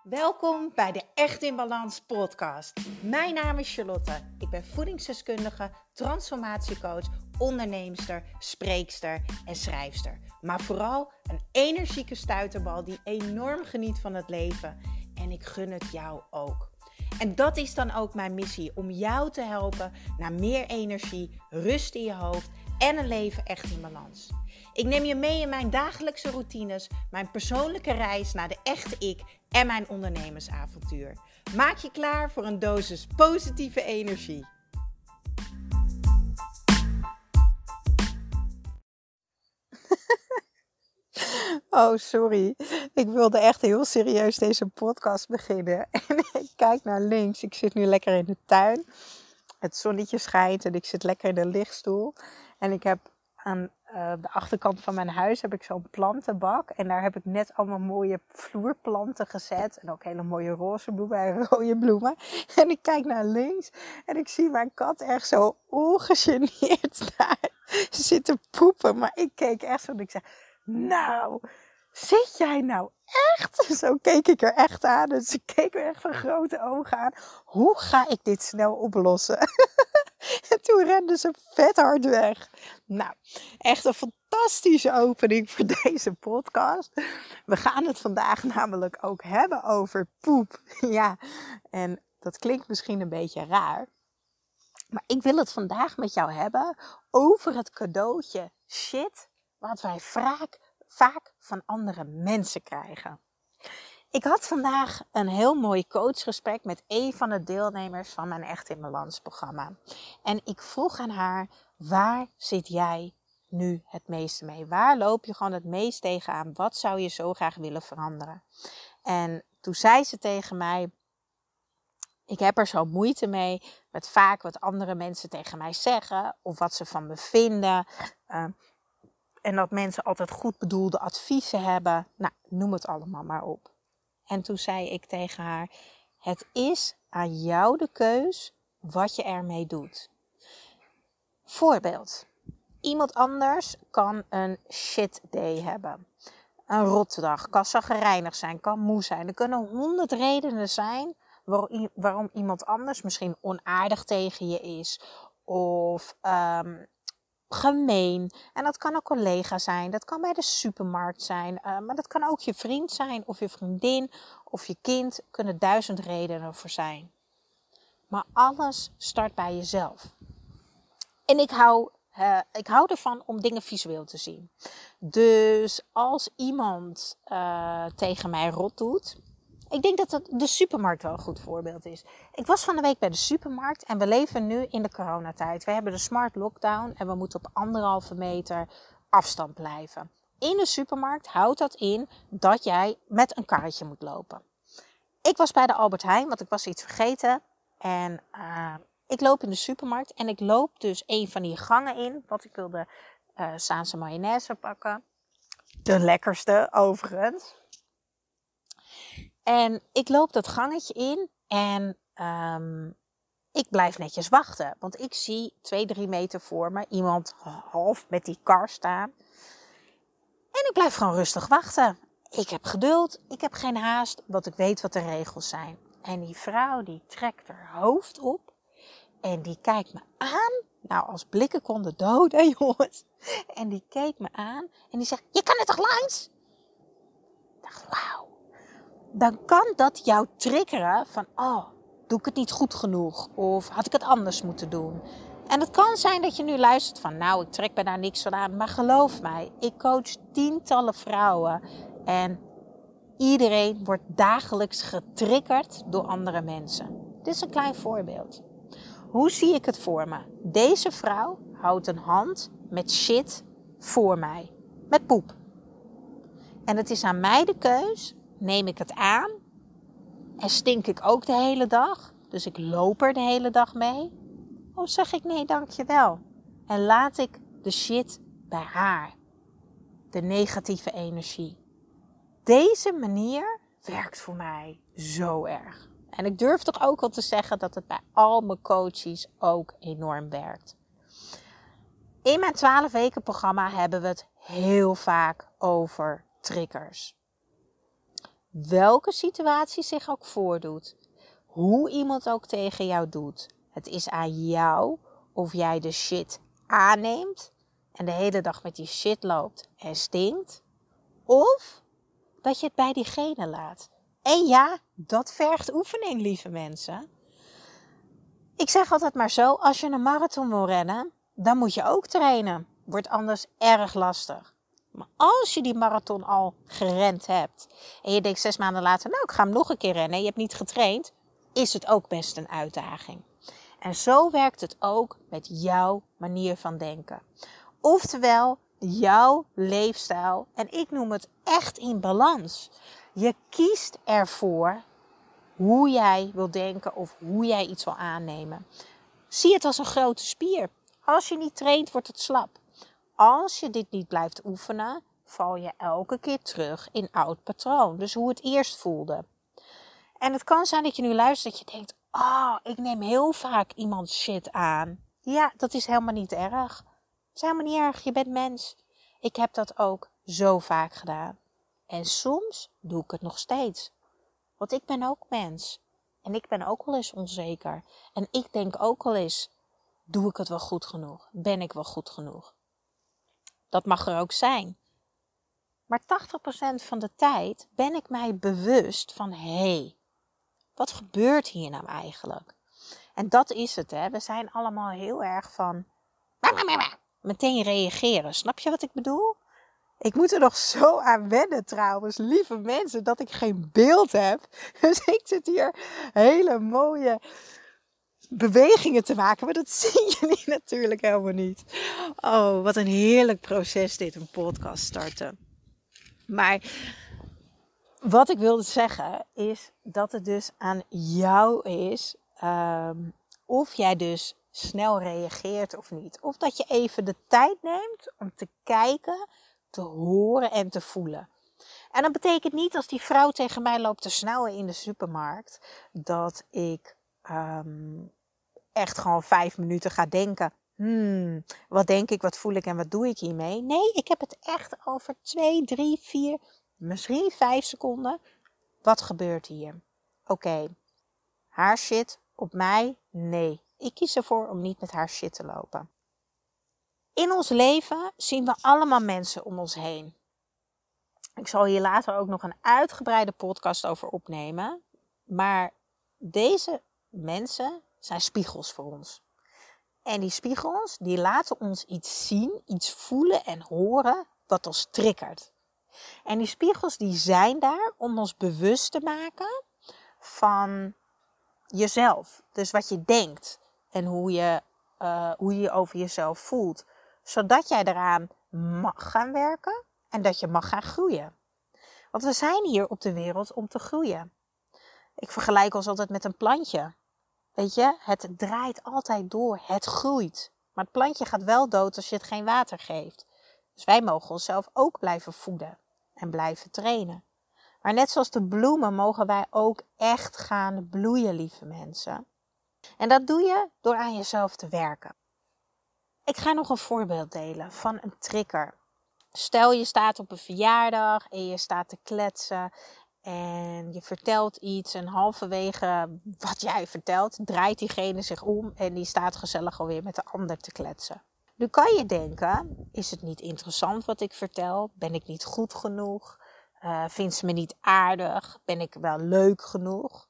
Welkom bij de Echt in Balans podcast. Mijn naam is Charlotte. Ik ben voedingsdeskundige, transformatiecoach, onderneemster, spreekster en schrijfster. Maar vooral een energieke stuiterbal die enorm geniet van het leven. En ik gun het jou ook. En dat is dan ook mijn missie, om jou te helpen naar meer energie, rust in je hoofd en een leven echt in balans. Ik neem je mee in mijn dagelijkse routines, mijn persoonlijke reis naar de echte ik en mijn ondernemersavontuur. Maak je klaar voor een dosis positieve energie. Oh, sorry. Ik wilde echt heel serieus deze podcast beginnen. En ik kijk naar links. Ik zit nu lekker in de tuin. Het zonnetje schijnt en ik zit lekker in de lichtstoel. En ik heb aan de achterkant van mijn huis heb ik zo'n plantenbak. En daar heb ik net allemaal mooie vloerplanten gezet. En ook hele mooie roze bloemen en rode bloemen. En ik kijk naar links en ik zie mijn kat echt zo ongegeneerd daar zitten poepen. Maar ik keek echt zo en ik zei, nou, zit jij nou echt? Zo keek ik er echt aan. Dus ze keek me echt van grote ogen aan. Hoe ga ik dit snel oplossen? En toen rende ze vet hard weg. Nou, echt een fantastische opening voor deze podcast. We gaan het vandaag namelijk ook hebben over poep. Ja, en dat klinkt misschien een beetje raar. Maar ik wil het vandaag met jou hebben over het cadeautje shit wat wij vaak van andere mensen krijgen. Ik had vandaag een heel mooi coachgesprek met een van de deelnemers van mijn Echt in Balans programma. En ik vroeg aan haar, waar zit jij nu het meeste mee? Waar loop je gewoon het meest tegenaan? Wat zou je zo graag willen veranderen? En toen zei ze tegen mij, ik heb er zo moeite mee met vaak wat andere mensen tegen mij zeggen of wat ze van me vinden. En dat mensen altijd goed bedoelde adviezen hebben. Nou, noem het allemaal maar op. En toen zei ik tegen haar, het is aan jou de keus wat je ermee doet. Voorbeeld, iemand anders kan een shit day hebben. Een rotdag, kan chagrijnig zijn, kan moe zijn. Er kunnen 100 redenen zijn waarom iemand anders misschien onaardig tegen je is. Of gemeen. En dat kan een collega zijn. Dat kan bij de supermarkt zijn. Maar dat kan ook je vriend zijn. Of je vriendin. Of je kind. Er kunnen 1000 redenen voor zijn. Maar alles start bij jezelf. En ik hou ervan om dingen visueel te zien. Dus als iemand tegen mij rot doet. Ik denk dat de supermarkt wel een goed voorbeeld is. Ik was van de week bij de supermarkt en we leven nu in de coronatijd. We hebben de smart lockdown en we moeten op 1,5 meter afstand blijven. In de supermarkt houdt dat in dat jij met een karretje moet lopen. Ik was bij de Albert Heijn, want ik was iets vergeten. En ik loop in de supermarkt en ik loop dus een van die gangen in. Want ik wilde Saanse mayonaise pakken. De lekkerste overigens. En ik loop dat gangetje in en ik blijf netjes wachten. Want ik zie 2-3 meter voor me iemand half met die kar staan. En ik blijf gewoon rustig wachten. Ik heb geduld, ik heb geen haast, want ik weet wat de regels zijn. En die vrouw die trekt haar hoofd op en die kijkt me aan. Nou, als blikken konden doden, jongens. En die keek me aan en die zegt, je kan er toch langs? Ik dacht, wauw. Dan kan dat jou triggeren van, oh, doe ik het niet goed genoeg? Of had ik het anders moeten doen? En het kan zijn dat je nu luistert van, nou, ik trek me daar niks van aan. Maar geloof mij, ik coach tientallen vrouwen. En iedereen wordt dagelijks getriggerd door andere mensen. Dit is een klein voorbeeld. Hoe zie ik het voor me? Deze vrouw houdt een hand met shit voor mij. Met poep. En het is aan mij de keus. Neem ik het aan? En stink ik ook de hele dag? Dus ik loop er de hele dag mee? Of zeg ik nee, dankjewel. En laat ik de shit bij haar. De negatieve energie. Deze manier werkt voor mij zo erg. En ik durf toch ook wel te zeggen dat het bij al mijn coaches ook enorm werkt. In mijn 12 weken programma hebben we het heel vaak over triggers. welke situatie zich ook voordoet, hoe iemand ook tegen jou doet, het is aan jou of jij de shit aanneemt en de hele dag met die shit loopt en stinkt, of dat je het bij diegene laat. En ja, dat vergt oefening, lieve mensen. Ik zeg altijd maar zo, als je een marathon wil rennen, dan moet je ook trainen. Wordt anders erg lastig. Maar als je die marathon al gerend hebt en je denkt 6 maanden later, nou ik ga hem nog een keer rennen en je hebt niet getraind, is het ook best een uitdaging. En zo werkt het ook met jouw manier van denken. Oftewel, jouw leefstijl, en ik noem het echt in balans. Je kiest ervoor hoe jij wil denken of hoe jij iets wil aannemen. Zie het als een grote spier. Als je niet traint, wordt het slap. Als je dit niet blijft oefenen, val je elke keer terug in oud patroon. Dus hoe het eerst voelde. En het kan zijn dat je nu luistert dat je denkt, ik neem heel vaak iemand shit aan. Ja, dat is helemaal niet erg. Het is helemaal niet erg, je bent mens. Ik heb dat ook zo vaak gedaan. En soms doe ik het nog steeds. Want ik ben ook mens. En ik ben ook wel eens onzeker. En ik denk ook wel eens, doe ik het wel goed genoeg? Ben ik wel goed genoeg? Dat mag er ook zijn. Maar 80% van de tijd ben ik mij bewust van, hé, wat gebeurt hier nou eigenlijk? En dat is het, hè. We zijn allemaal heel erg van meteen reageren. Snap je wat ik bedoel? Ik moet er nog zo aan wennen trouwens, lieve mensen, dat ik geen beeld heb. Dus ik zit hier hele mooie bewegingen te maken, maar dat zien jullie natuurlijk helemaal niet. Oh, wat een heerlijk proces dit, een podcast starten. Maar wat ik wilde zeggen is dat het dus aan jou is of jij dus snel reageert of niet. Of dat je even de tijd neemt om te kijken, te horen en te voelen. En dat betekent niet als die vrouw tegen mij loopt te snauwen in de supermarkt, dat ik echt gewoon 5 minuten ga denken. Wat denk ik, wat voel ik en wat doe ik hiermee? Nee, ik heb het echt over 2, 3, 4, misschien 5 seconden. Wat gebeurt hier? Oké, haar shit op mij? Nee, ik kies ervoor om niet met haar shit te lopen. In ons leven zien we allemaal mensen om ons heen. Ik zal hier later ook nog een uitgebreide podcast over opnemen. Maar deze mensen zijn spiegels voor ons. En die spiegels, die laten ons iets zien, iets voelen en horen wat ons triggert. En die spiegels die zijn daar om ons bewust te maken van jezelf. Dus wat je denkt en hoe je over jezelf voelt. Zodat jij eraan mag gaan werken en dat je mag gaan groeien. Want we zijn hier op de wereld om te groeien. Ik vergelijk ons altijd met een plantje. Weet je, het draait altijd door, het groeit. Maar het plantje gaat wel dood als je het geen water geeft. Dus wij mogen onszelf ook blijven voeden en blijven trainen. Maar net zoals de bloemen mogen wij ook echt gaan bloeien, lieve mensen. En dat doe je door aan jezelf te werken. Ik ga nog een voorbeeld delen van een trigger. Stel je staat op een verjaardag en je staat te kletsen en je vertelt iets en halverwege wat jij vertelt draait diegene zich om en die staat gezellig alweer met de ander te kletsen. Nu kan je denken, is het niet interessant wat ik vertel? Ben ik niet goed genoeg? Vindt ze me niet aardig? Ben ik wel leuk genoeg?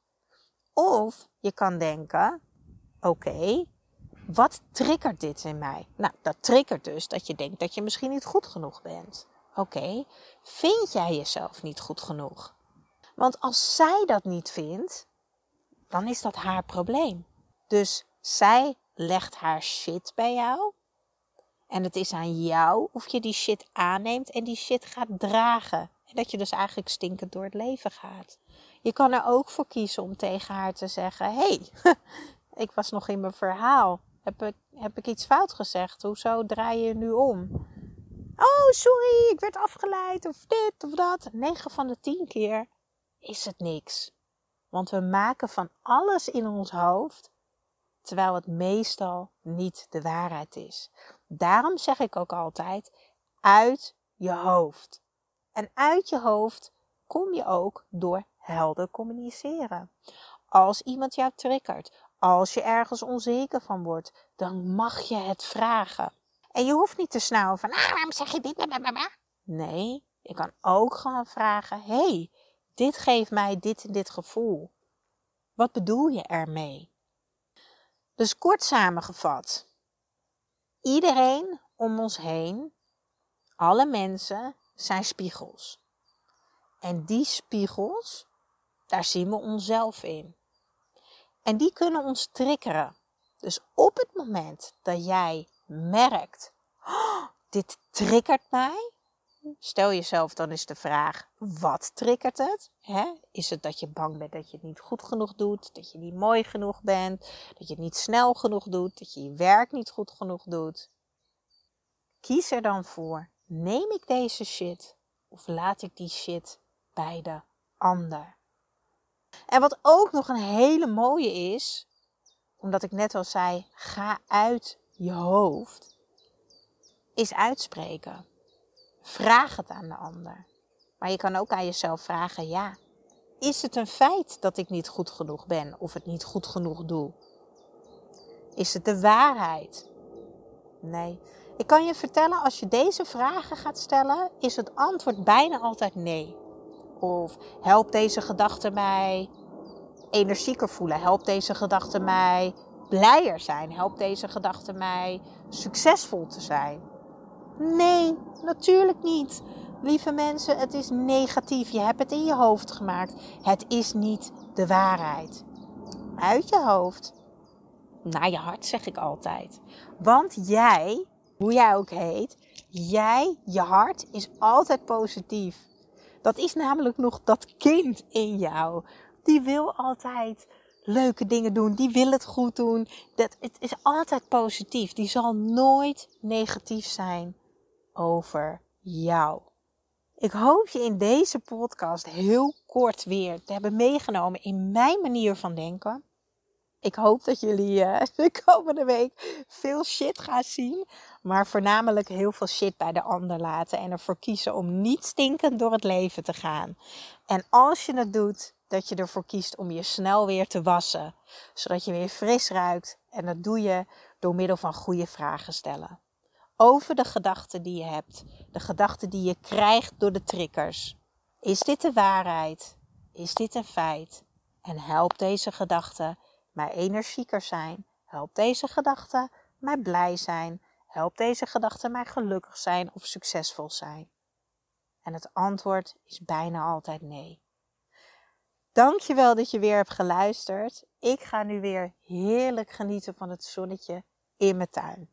Of je kan denken, oké, wat triggert dit in mij? Nou, dat triggert dus dat je denkt dat je misschien niet goed genoeg bent. Oké, vind jij jezelf niet goed genoeg? Want als zij dat niet vindt, dan is dat haar probleem. Dus zij legt haar shit bij jou. En het is aan jou of je die shit aanneemt en die shit gaat dragen. En dat je dus eigenlijk stinkend door het leven gaat. Je kan er ook voor kiezen om tegen haar te zeggen, hey, ik was nog in mijn verhaal. Heb ik iets fout gezegd? Hoezo draai je nu om? Oh, sorry, ik werd afgeleid of dit of dat. 9 van de 10 keer is het niks. Want we maken van alles in ons hoofd, terwijl het meestal niet de waarheid is. Daarom zeg ik ook altijd, uit je hoofd. En uit je hoofd voorkom je ook door helder communiceren. Als iemand jou triggert, als je ergens onzeker van wordt, dan mag je het vragen. En je hoeft niet te snauwen van, waarom zeg je dit? Blablabla. Nee, je kan ook gewoon vragen, hey, dit geeft mij dit en dit gevoel. Wat bedoel je ermee? Dus kort samengevat, iedereen om ons heen, alle mensen zijn spiegels. En die spiegels, daar zien we onszelf in. En die kunnen ons triggeren. Dus op het moment dat jij merkt, dit triggert mij. Stel jezelf dan eens de vraag, wat triggert het? Is het dat je bang bent dat je het niet goed genoeg doet? Dat je niet mooi genoeg bent? Dat je het niet snel genoeg doet? Dat je je werk niet goed genoeg doet? Kies er dan voor, neem ik deze shit of laat ik die shit bij de ander? En wat ook nog een hele mooie is, omdat ik net al zei, ga uit je hoofd, is uitspreken. Vraag het aan de ander. Maar je kan ook aan jezelf vragen, is het een feit dat ik niet goed genoeg ben of het niet goed genoeg doe? Is het de waarheid? Nee. Ik kan je vertellen, als je deze vragen gaat stellen, is het antwoord bijna altijd nee. Of helpt deze gedachte mij energieker voelen? Helpt deze gedachte mij blijer zijn? Helpt deze gedachte mij succesvol te zijn? Nee, natuurlijk niet. Lieve mensen, het is negatief. Je hebt het in je hoofd gemaakt. Het is niet de waarheid. Uit je hoofd naar je hart, zeg ik altijd. Want jij, hoe jij ook heet, je hart is altijd positief. Dat is namelijk nog dat kind in jou. Die wil altijd leuke dingen doen. Die wil het goed doen. Het is altijd positief. Die zal nooit negatief zijn over jou. Ik hoop je in deze podcast heel kort weer te hebben meegenomen in mijn manier van denken. Ik hoop dat jullie de komende week veel shit gaan zien. Maar voornamelijk heel veel shit bij de ander laten. En ervoor kiezen om niet stinkend door het leven te gaan. En als je het doet, dat je ervoor kiest om je snel weer te wassen. Zodat je weer fris ruikt. En dat doe je door middel van goede vragen stellen. Over de gedachten die je hebt. De gedachten die je krijgt door de triggers. Is dit de waarheid? Is dit een feit? En helpt deze gedachte mij energieker zijn? Helpt deze gedachte mij blij zijn? Helpt deze gedachte mij gelukkig zijn of succesvol zijn? En het antwoord is bijna altijd nee. Dankjewel dat je weer hebt geluisterd. Ik ga nu weer heerlijk genieten van het zonnetje in mijn tuin.